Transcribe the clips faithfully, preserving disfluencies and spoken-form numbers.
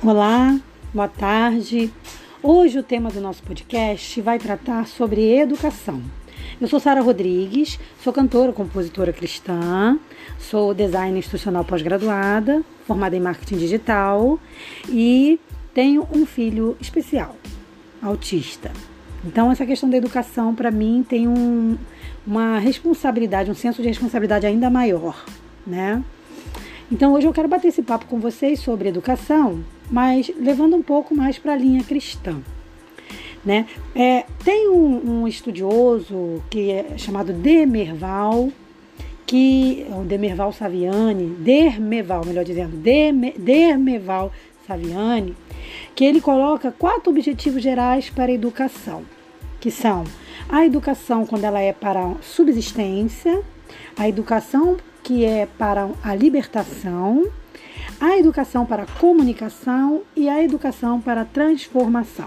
Olá, boa tarde. Hoje o tema do nosso podcast vai tratar sobre educação. Eu sou Sara Rodrigues, sou cantora, compositora cristã, sou designer institucional pós-graduada, formada em marketing digital e tenho um filho especial, autista. Então essa questão da educação para mim tem um, uma responsabilidade, um senso de responsabilidade ainda maior, né? Então hoje eu quero bater esse papo com vocês sobre educação, mas levando um pouco mais para a linha cristã, né? É, tem um, um estudioso que é chamado Demerval, que o Demerval Saviani, Dermeval, melhor dizendo, Derme, Dermeval Saviani, que ele coloca quatro objetivos gerais para a educação, que são a educação quando ela é para subsistência, a educação que é para a libertação, a educação para a comunicação e a educação para a transformação.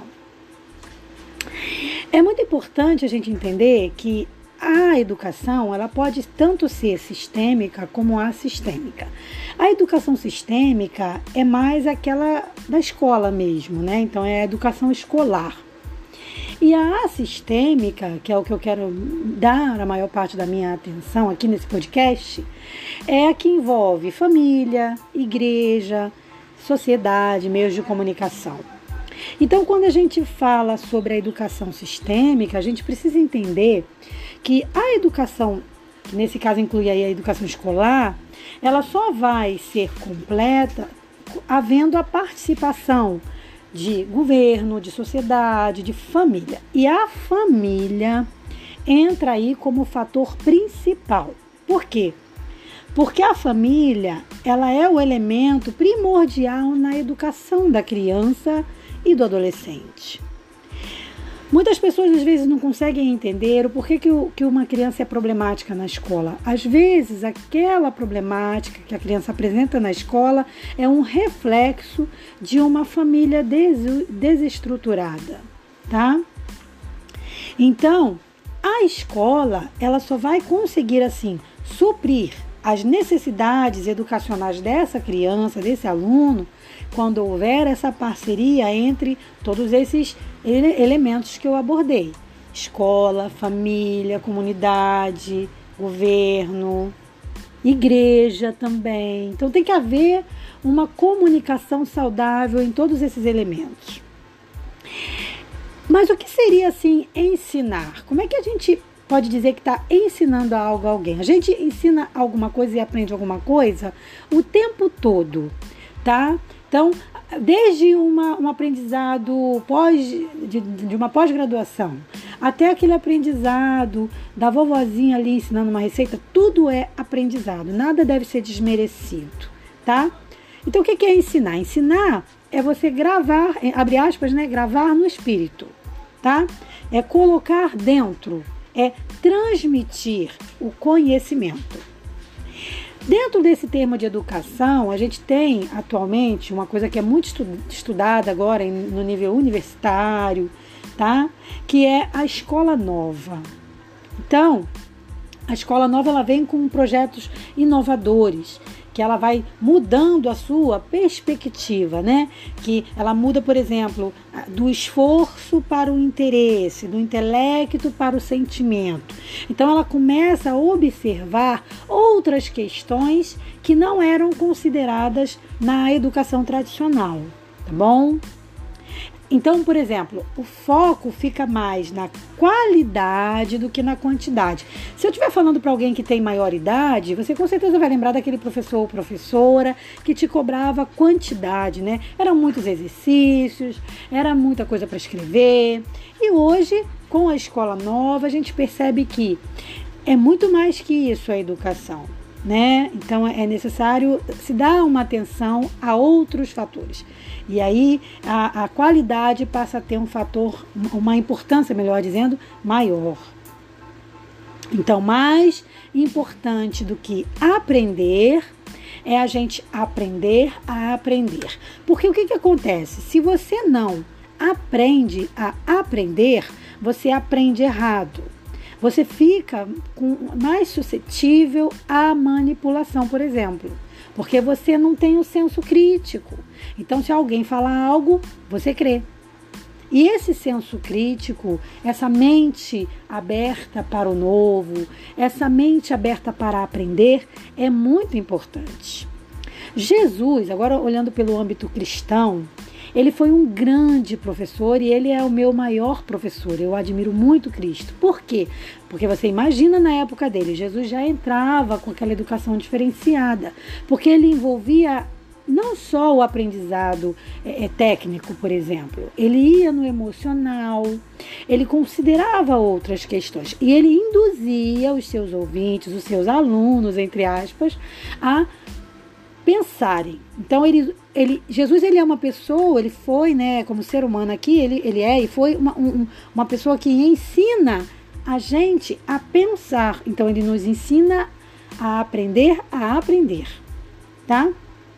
É muito importante a gente entender que a educação ela pode tanto ser sistêmica como assistêmica. A educação sistêmica é mais aquela da escola mesmo, né? Então é a educação escolar. E a assistêmica, que é o que eu quero dar a maior parte da minha atenção aqui nesse podcast, é a que envolve família, igreja, sociedade, meios de comunicação. Então, quando a gente fala sobre a educação sistêmica, a gente precisa entender que a educação, que nesse caso inclui aí a educação escolar, ela só vai ser completa havendo a participação de governo, de sociedade, de família. E a família entra aí como fator principal. Por quê? Porque a família, ela é o elemento primordial na educação da criança e do adolescente. Muitas pessoas às vezes não conseguem entender o porquê que, o, que uma criança é problemática na escola. Às vezes aquela problemática que a criança apresenta na escola é um reflexo de uma família des, desestruturada, tá? Então, a escola ela só vai conseguir assim suprir as necessidades educacionais dessa criança, desse aluno, quando houver essa parceria entre todos esses ele- elementos que eu abordei. Escola, família, comunidade, governo, igreja também. Então tem que haver uma comunicação saudável em todos esses elementos. Mas o que seria assim ensinar? Como é que a gente pode dizer que está ensinando algo a alguém? A gente ensina alguma coisa e aprende alguma coisa o tempo todo, tá? Então, desde uma, um aprendizado pós, de, de uma pós-graduação até aquele aprendizado da vovozinha ali ensinando uma receita, tudo é aprendizado, nada deve ser desmerecido, tá? Então, o que é ensinar? Ensinar é você gravar, abre aspas, né? Gravar no espírito, tá? É colocar dentro, é transmitir o conhecimento. Dentro desse termo de educação, a gente tem atualmente uma coisa que é muito estudada agora no nível universitário, tá? Que é a escola nova. Então, a escola nova ela vem com projetos inovadores, que ela vai mudando a sua perspectiva, né? Que ela muda, por exemplo, do esforço para o interesse, do intelecto para o sentimento. Então ela começa a observar outras questões que não eram consideradas na educação tradicional, tá bom? Então, por exemplo, o foco fica mais na qualidade do que na quantidade. Se eu estiver falando para alguém que tem maior idade, você com certeza vai lembrar daquele professor ou professora que te cobrava quantidade, né? Eram muitos exercícios, era muita coisa para escrever. E hoje, com a escola nova, a gente percebe que é muito mais que isso a educação, né? Então é necessário se dar uma atenção a outros fatores. E aí a, a qualidade passa a ter um fator, uma importância, melhor dizendo, maior. Então, mais importante do que aprender é a gente aprender a aprender. Porque o que, que acontece? Se você não aprende a aprender, você aprende errado. você fica com, mais suscetível à manipulação, por exemplo, porque você não tem o senso crítico. Então, se alguém falar algo, você crê. E esse senso crítico, essa mente aberta para o novo, essa mente aberta para aprender, é muito importante. Jesus, agora olhando pelo âmbito cristão, ele foi um grande professor e ele é o meu maior professor. Eu admiro muito Cristo. Por quê? Porque você imagina na época dele, Jesus já entrava com aquela educação diferenciada, porque ele envolvia não só o aprendizado é, técnico, por exemplo, ele ia no emocional, ele considerava outras questões e ele induzia os seus ouvintes, os seus alunos, entre aspas, a pensarem. Então, ele, ele, Jesus ele é uma pessoa, ele foi, né, como ser humano aqui, ele, ele é e foi uma, um, uma pessoa que ensina a gente a pensar. Então, ele nos ensina a aprender a aprender, tá?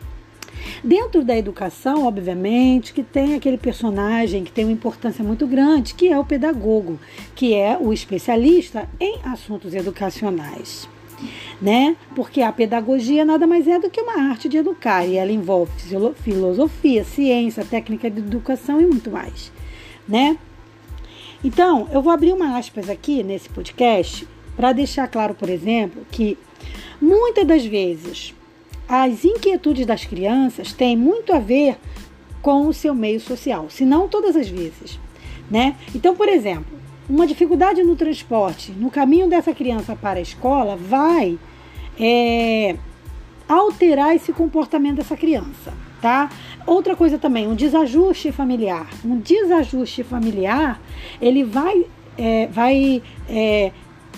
Dentro da educação, obviamente, que tem aquele personagem que tem uma importância muito grande, que é o pedagogo, que é o especialista em assuntos educacionais, né? Porque a pedagogia nada mais é do que uma arte de educar, e ela envolve filosofia, ciência, técnica de educação e muito mais, né? Então, eu vou abrir uma aspas aqui nesse podcast para deixar claro, por exemplo, que muitas das vezes as inquietudes das crianças têm muito a ver com o seu meio social, se não todas as vezes, né? Então, por exemplo, uma dificuldade no transporte, no caminho dessa criança para a escola, vai é, alterar esse comportamento dessa criança, tá? Outra coisa também, um desajuste familiar. Um desajuste familiar, ele vai, é, vai é,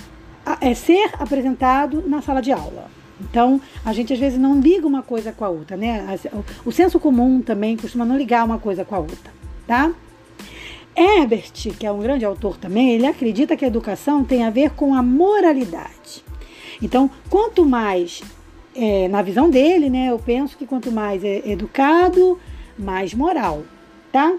é, ser apresentado na sala de aula. Então, a gente às vezes não liga uma coisa com a outra, né? O senso comum também costuma não ligar uma coisa com a outra, tá? Herbert, que é um grande autor também, ele acredita que a educação tem a ver com a moralidade. Então, quanto mais, é, na visão dele, né, eu penso que quanto mais é educado, mais moral, tá?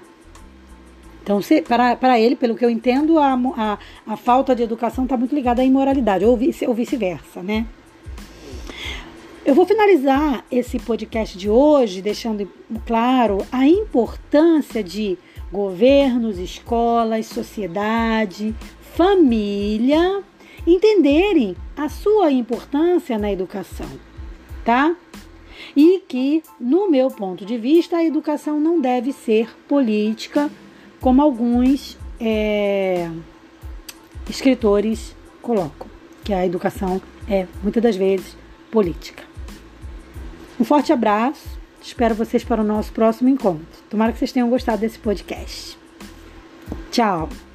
Então, se, para, para ele, pelo que eu entendo, a, a, a falta de educação está muito ligada à imoralidade, ou, vice, ou vice-versa, né? Eu vou finalizar esse podcast de hoje deixando claro a importância de governos, escolas, sociedade, família entenderem a sua importância na educação, tá? E que, no meu ponto de vista, a educação não deve ser política, como alguns é, escritores colocam, que a educação é, muitas das vezes, política. Um forte abraço, espero vocês para o nosso próximo encontro. Tomara que vocês tenham gostado desse podcast. Tchau!